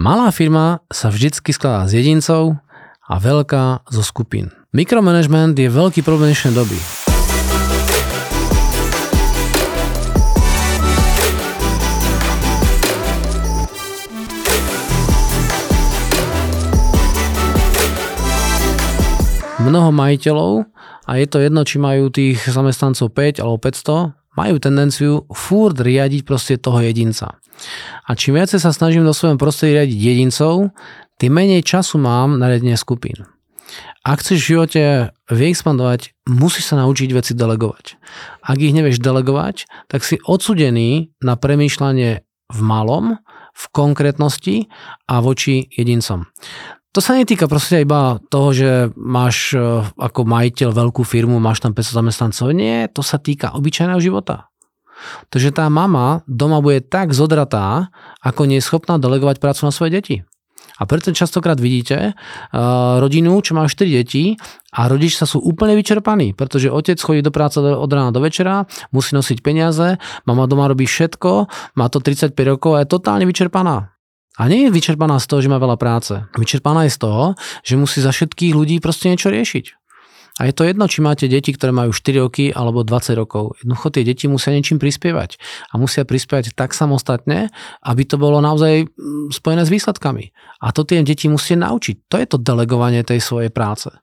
Malá firma sa vždycky skladá z jedincov a veľká zo skupín. Mikromanagement je veľký problém dnešnej doby. Mnoho majiteľov, a je to jedno, či majú tých zamestnancov 5 alebo 500, majú tendenciu furt riadiť proste toho jedinca. A čím viacej sa snažím do svojom prostredí riadiť jedincov, tým menej času mám na riadenie skupín. Ak chceš v živote vyexpandovať, musíš sa naučiť veci delegovať. Ak ich nevieš delegovať, tak si odsúdený na premýšľanie v malom, v konkrétnosti a voči jedincom. To sa netýka proste iba toho, že máš ako majiteľ veľkú firmu, máš tam 500 zamestnancov. Nie, to sa týka obyčajného života. Takže tá mama doma bude tak zodratá, ako nie je schopná delegovať prácu na svoje deti. A preto častokrát vidíte rodinu, čo má 4 deti a rodiči sa sú úplne vyčerpaní, pretože otec chodí do práce od rána do večera, musí nosiť peniaze, mama doma robí všetko, má to 35 rokov a je totálne vyčerpaná. A nie je vyčerpaná z toho, že má veľa práce. Vyčerpaná je z toho, že musí za všetkých ľudí proste niečo riešiť. A je to jedno, či máte deti, ktoré majú 4 roky alebo 20 rokov. Jednoducho tie deti musia niečím prispievať. A musia prispievať tak samostatne, aby to bolo naozaj spojené s výsledkami. A to tie deti musia naučiť. To je to delegovanie tej svojej práce.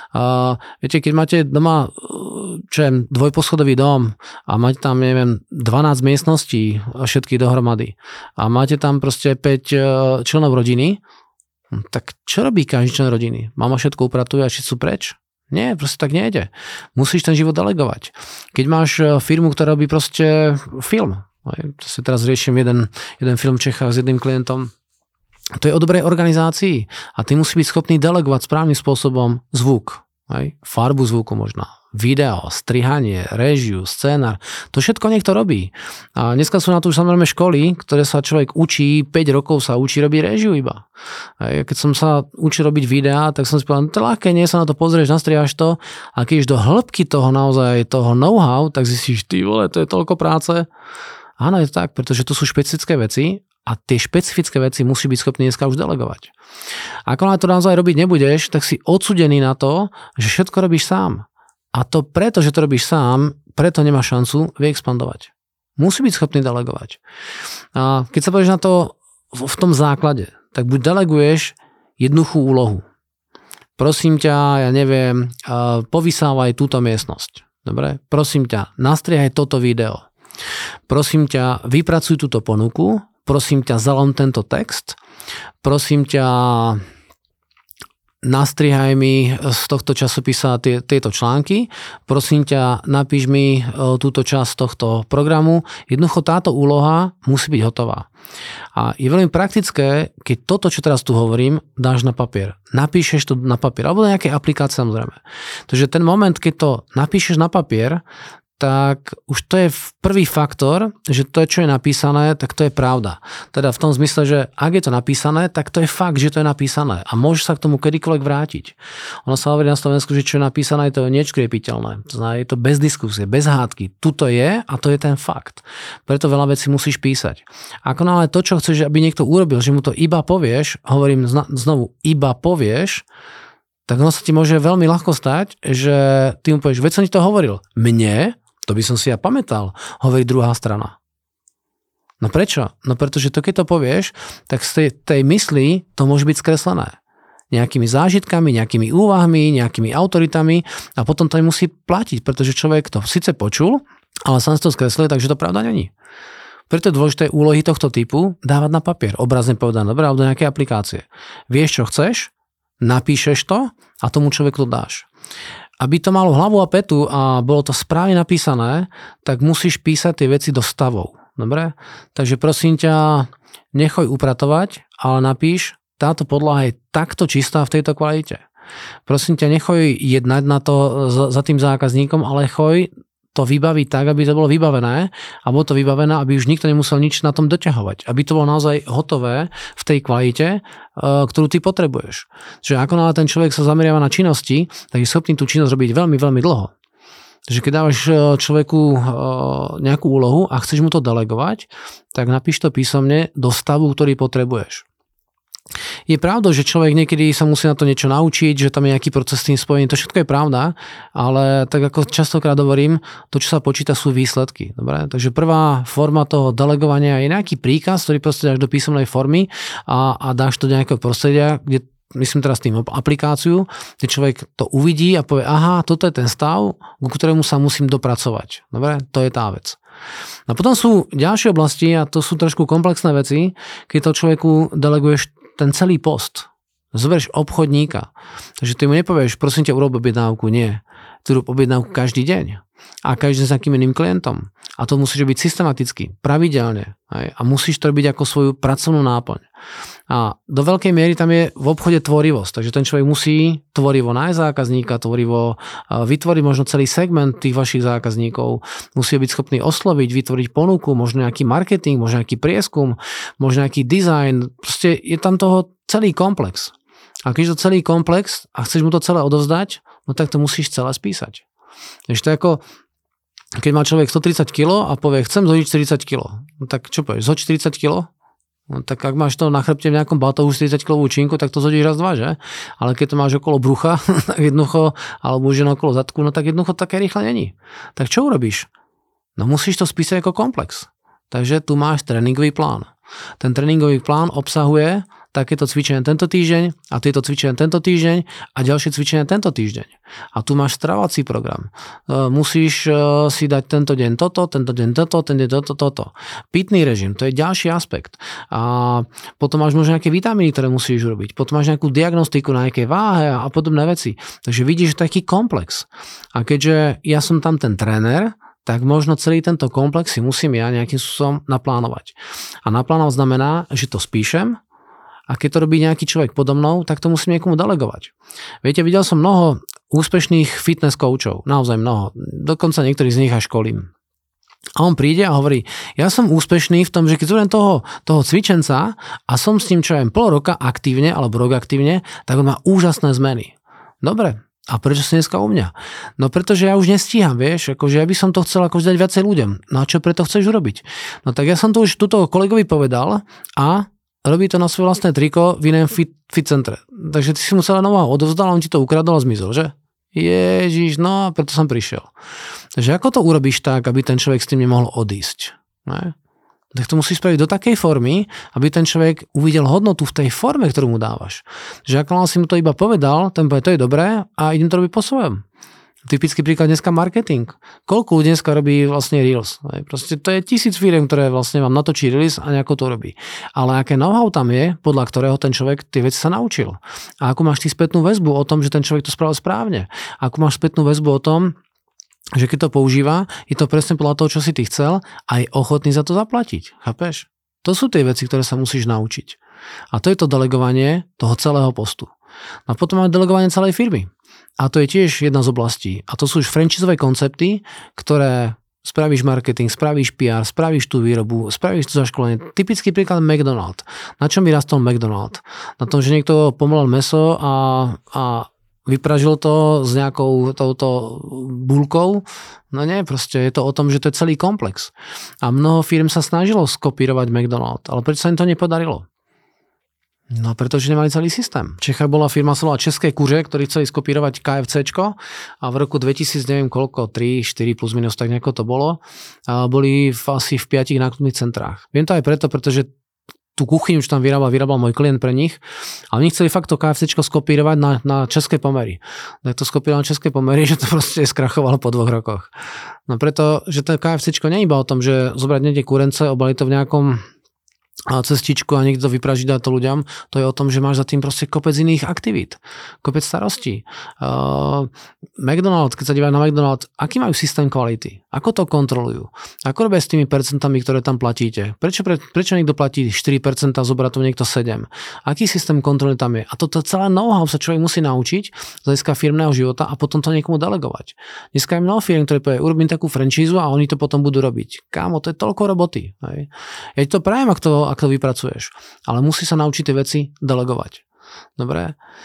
Viete, keď máte doma dvojposchodový dom a máte tam, neviem, 12 miestností všetky dohromady a máte tam proste 5 členov rodiny, tak čo robí každý člen rodiny? Mama všetko upratuje a všetci sú preč? Nie, proste tak nejde. Musíš ten život delegovať. Keď máš firmu, ktorá robí proste film, teraz riešim jeden film v Čechách s jedným klientom, to je o dobrej organizácii a ty musí byť schopný delegovať správnym spôsobom zvuk, farbu zvuku možno, video, strihanie, réžiu, scénar, to všetko niekto robí. A dneska sú na to už samozrejme školy, ktoré sa človek učí, 5 rokov sa učí robiť réžiu iba. A keď som sa učil robiť videá, tak som si povedal, to ľahké, nie sa na to pozrieš, nastrihaš to, a keď iš do hĺbky toho naozaj, toho know-how, tak zistíš, ty vole, to je toľko práce. Áno, je to tak, pretože to sú špecifické veci a tie špecifické veci musí byť schopný dneska už delegovať. Ako na to naozaj robiť nebudeš, tak si odsudený na to, že všetko robíš sám. A to preto, že to robíš sám, preto nemáš šancu vyexpandovať. Musí byť schopný delegovať. A keď sa povieš na to v tom základe, tak buď deleguješ jednoduchú úlohu. Prosím ťa, ja neviem, povysávaj túto miestnosť. Dobre? Prosím ťa, nastrihaj toto video. Prosím ťa, vypracuj túto ponuku. Prosím ťa, zalom tento text. Prosím ťa, nastrihaj mi z tohto časopisa tieto články. Prosím ťa, napíš mi túto časť tohto programu. Jednoducho táto úloha musí byť hotová. A je veľmi praktické, keď toto, čo teraz tu hovorím, dáš na papier. Napíšeš to na papier, alebo na nejaké aplikácie samozrejme. Takže ten moment, keď to napíšeš na papier, tak už to je prvý faktor, že to, čo je napísané, tak to je pravda. Teda v tom zmysle, že ak je to napísané, tak to je fakt, že to je napísané a môžeš sa k tomu kedykoľvek vrátiť. Ono sa hovorí na Slovensku, že čo je napísané, to je neškriepiteľné. To znamená, je to bez diskusie, bez hádky. Tuto je a to je ten fakt. Preto veľa vecí musíš písať. Ako náhle to, čo chceš, aby niekto urobil, že mu to iba povieš, hovorím znovu, iba povieš, tak ono sa ti môže veľmi ľahko stať, že ty mu povieš, veď som ti to hovoril. Mne? To by som si ja pamätal, hovorí druhá strana. No prečo? No pretože to, keď to povieš, tak z tej mysli to môže byť skreslené. Nejakými zážitkami, nejakými úvahami, nejakými autoritami a potom to nemusí platiť, pretože človek to síce počul, ale sám si to skreslil, takže to pravda není. Preto je dôležité úlohy tohto typu dávať na papier, obrazne povedané, dobre, alebo do nejakej aplikácie. Vieš, čo chceš, napíšeš to a tomu človeku to dáš. Aby to malo hlavu a petu a bolo to správne napísané, tak musíš písať tie veci do stavov. Dobre? Takže prosím ťa, nechoj upratovať, ale napíš, táto podlaha je takto čistá v tejto kvalite. Prosím ťa, nechoj jednať na to za tým zákazníkom, ale choj to vybaviť tak, aby to bolo vybavené a bolo to vybavené, aby už nikto nemusel nič na tom doťahovať. Aby to bolo naozaj hotové v tej kvalite, ktorú ty potrebuješ. Čiže ako náhle ten človek sa zameriava na činnosti, tak je schopný tú činnosť robiť veľmi, veľmi dlho. Takže keď dávaš človeku nejakú úlohu a chceš mu to delegovať, tak napíš to písomne do stavu, ktorý potrebuješ. Je pravda, že človek niekedy sa musí na to niečo naučiť, že tam je nejaký proces s tým spojený, to všetko je pravda, ale tak ako častokrát hovorím, to, čo sa počíta, sú výsledky. Dobre? Takže prvá forma toho delegovania je nejaký príkaz, ktorý proste dáš do písomnej formy a dáš to do nejakého prostredia, kde myslím teraz tým aplikáciu, kde človek to uvidí a povie, aha, toto je ten stav, ku ktorému sa musím dopracovať. Dobre? To je tá vec. A potom sú ďalšie oblasti a to sú trošku komplexné veci, keď to človeku deleguješ ten celý post. Zoberieš obchodníka. Takže ty mu nepovieš, prosím ťa, urob objednávku. Nie. Ty urob objednávku každý deň. A každý s nejakým iným klientom. A to musíš robiť systematicky, pravidelne. A musíš to robiť ako svoju pracovnú náplň. A do veľkej miery tam je v obchode tvorivosť. Takže ten človek musí tvorivo nájsť zákazníka, tvorivo vytvoriť možno celý segment tých vašich zákazníkov. Musí byť schopný osloviť, vytvoriť ponuku, možno nejaký marketing, možno nejaký prieskum, možno nejaký design. Proste je tam toho celý komplex. A keď je to celý komplex a chceš mu to celé odovzdať, no tak to musíš celé spísať. Takže to je ako, keď má človek 130 kg a povie, chcem zhodiť 40 kg. No tak čo povieš, zhoď 40 kg? No tak ak máš to na chrbte v nejakom batohu 40 kg činku, tak to zhodíš raz, dva, že? Ale keď to máš okolo brucha, tak jednoducho, alebo už okolo zadku, no tak jednoducho také rýchle není. Tak čo urobíš? No musíš to spísať ako komplex. Takže tu máš tréningový plán. Ten tréningový plán obsahuje takéto cvičenie tento týždeň a tieto cvičenia tento týždeň a ďalšie cvičenia tento týždeň. A tu máš stravovací program. Musíš si dať tento deň toto, tento deň toto. Pitný režim, to je ďalší aspekt. A potom máš možno nejaké vitamíny, ktoré musíš robiť. Potom máš nejakú diagnostiku na nejakej váhe a podobné veci. Takže vidíš, že taký komplex. A keďže ja som tam ten tréner, tak možno celý tento komplex si musím ja nejakým spôsobom naplánovať. A naplánovať znamená, že to spíšem, a keď to robí nejaký človek podo mnou, tak to musím niekomu delegovať. Viete, videl som mnoho úspešných fitness coachov, naozaj mnoho, dokonca niektorých z nich aj školím. A on príde a hovorí, ja som úspešný v tom, že keď zoberiem toho cvičenca a som s ním čo aj pol roka aktívne alebo rok aktívne, tak on má úžasné zmeny. Dobre. A prečo si dneska u mňa? No pretože ja už nestíham, vieš, akože ja by som to chcel akože dať viacej ľuďom. No a čo preto chceš urobiť? No tak ja som to už tuto kolegovi povedal a robí to na svoje vlastné triko v iném fit centre. Takže ty si mu celé nová odovzdal a on ti to ukradol a zmizol, že? Ježiš, no a preto som prišiel. Takže ako to urobíš tak, aby ten človek s tým nemohol odísť? Ne? Tak to musíš spraviť do takej formy, aby ten človek uvidel hodnotu v tej forme, ktorú mu dávaš. Že ako si mu to iba povedal, ten povie, to je dobré a idem to robiť po svojom. Typický príklad dneska marketing. Koľko ľudí dneska robí vlastne Reels? Proste to je 1000 firiem, ktoré vlastne vám natočí Reels a nejako to robí. Ale aké know-how tam je, podľa ktorého ten človek tie veci sa naučil. A ako máš ty spätnú väzbu o tom, že ten človek to spravil správne. A ako máš spätnú väzbu o tom, že keď to používa, je to presne podľa toho, čo si ty chcel a je ochotný za to zaplatiť. Chápeš? To sú tie veci, ktoré sa musíš naučiť. A to je to delegovanie toho celého postu. A potom máme delegovanie celej firmy. A to je tiež jedna z oblastí. A to sú už franchiseové koncepty, ktoré spravíš marketing, spravíš PR, spravíš tú výrobu, spravíš to zaškolenie. Typický príklad McDonald. Na čom vyrastol McDonald? Na tom, že niekto pomlel mäso a vypražil to s nejakou touto bulkou. No nie, proste je to o tom, že to je celý komplex. A mnoho firm sa snažilo skopírovať McDonald, ale prečo sa im to nepodarilo? No pretože nemali celý systém. V Čechách bola firma, sa volala České kuře, ktorí chceli skopírovať KFCčko a v roku 2000, neviem koľko, 3, 4 plus minus, tak nejako to bolo, a boli asi v 5 nákupných centrách. Viem to aj preto, pretože tú kuchyňu, čo tam vyrábal môj klient pre nich a oni chceli fakt to KFCčko skopírovať na české pomery. Tak to skopírovali na české pomery, že to proste skrachovalo po 2 rokoch. No preto, že to KFCčko nie je iba o tom, že zobrať niekde kurence, obaliť to v nejakom cestičku a niekto vypraží dá to ľuďom, to je o tom, že máš za tým proste kopec iných aktivít, kopec starostí. McDonald's, keď sa dívajú na McDonald's, aký majú systém kvality? Ako to kontrolujú? Ako robia s tými percentami, ktoré tam platíte? Prečo niekto platí 4% a zobrá to niekto 7%? Aký systém kontroly tam je? A toto celé know-how sa človek musí naučiť z hľadiska firmného života a potom to niekomu delegovať. Dneska je mnoho firm, ktoré povie, urobím takú franchízu a oni to potom budú robiť. Kámo, to je toľko roboty. Hej? Ja ti to prajem, ak to vypracuješ. Ale musí sa naučiť tie veci delegovať. Dobre?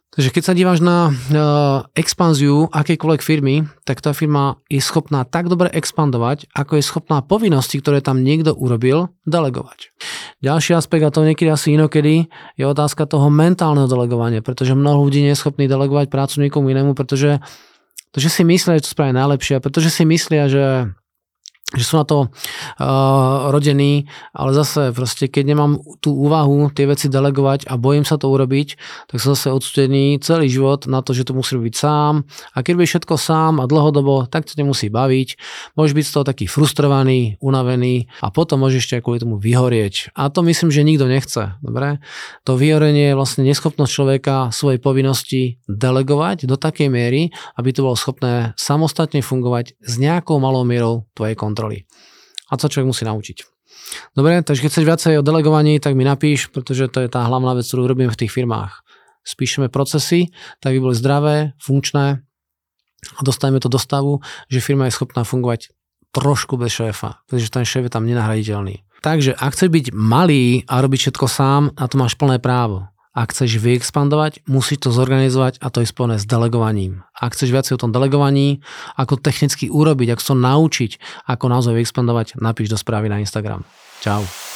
Takže keď sa díváš na expanziu akejkoľvek firmy, tak tá firma je schopná tak dobre expandovať, ako je schopná povinnosti, ktoré tam niekto urobil, delegovať. Ďalší aspekt, a to niekedy asi inokedy, je otázka toho mentálneho delegovania, pretože mnoho ľudí nie je schopný delegovať prácu niekomu inému, pretože si myslia, že to spravia najlepšie, pretože si myslia, že sú na to rodení, ale zase proste, keď nemám tú úvahu tie veci delegovať a bojím sa to urobiť, tak som zase odsúdený celý život na to, že to musí robiť sám a keď budeš všetko sám a dlhodobo, tak to nemusí baviť, môžeš byť z toho taký frustrovaný, unavený a potom môžeš ešte kvôli tomu vyhorieť. A to myslím, že nikto nechce. Dobre? To vyhorenie je vlastne neschopnosť človeka svojej povinnosti delegovať do takej miery, aby to bolo schopné samostatne fungovať s nejakou malou mierou tvojej kontroly. A to človek musí naučiť. Dobre, takže keď chceš viacej o delegovaní, tak mi napíš, pretože to je tá hlavná vec, ktorú robíme v tých firmách. Spíšeme procesy, tak by boli zdravé, funkčné a dostaneme to do stavu, že firma je schopná fungovať trošku bez šéfa, pretože ten šéf je tam nenahraditeľný. Takže ak chceš byť malý a robiť všetko sám, na to máš plné právo. Ak chceš vyexpandovať, musíš to zorganizovať a to je spojené s delegovaním. Ak chceš viac o tom delegovaní, ako technicky urobiť, ako sa naučiť, ako naozaj vyexpandovať, napíš do správy na Instagram. Čau.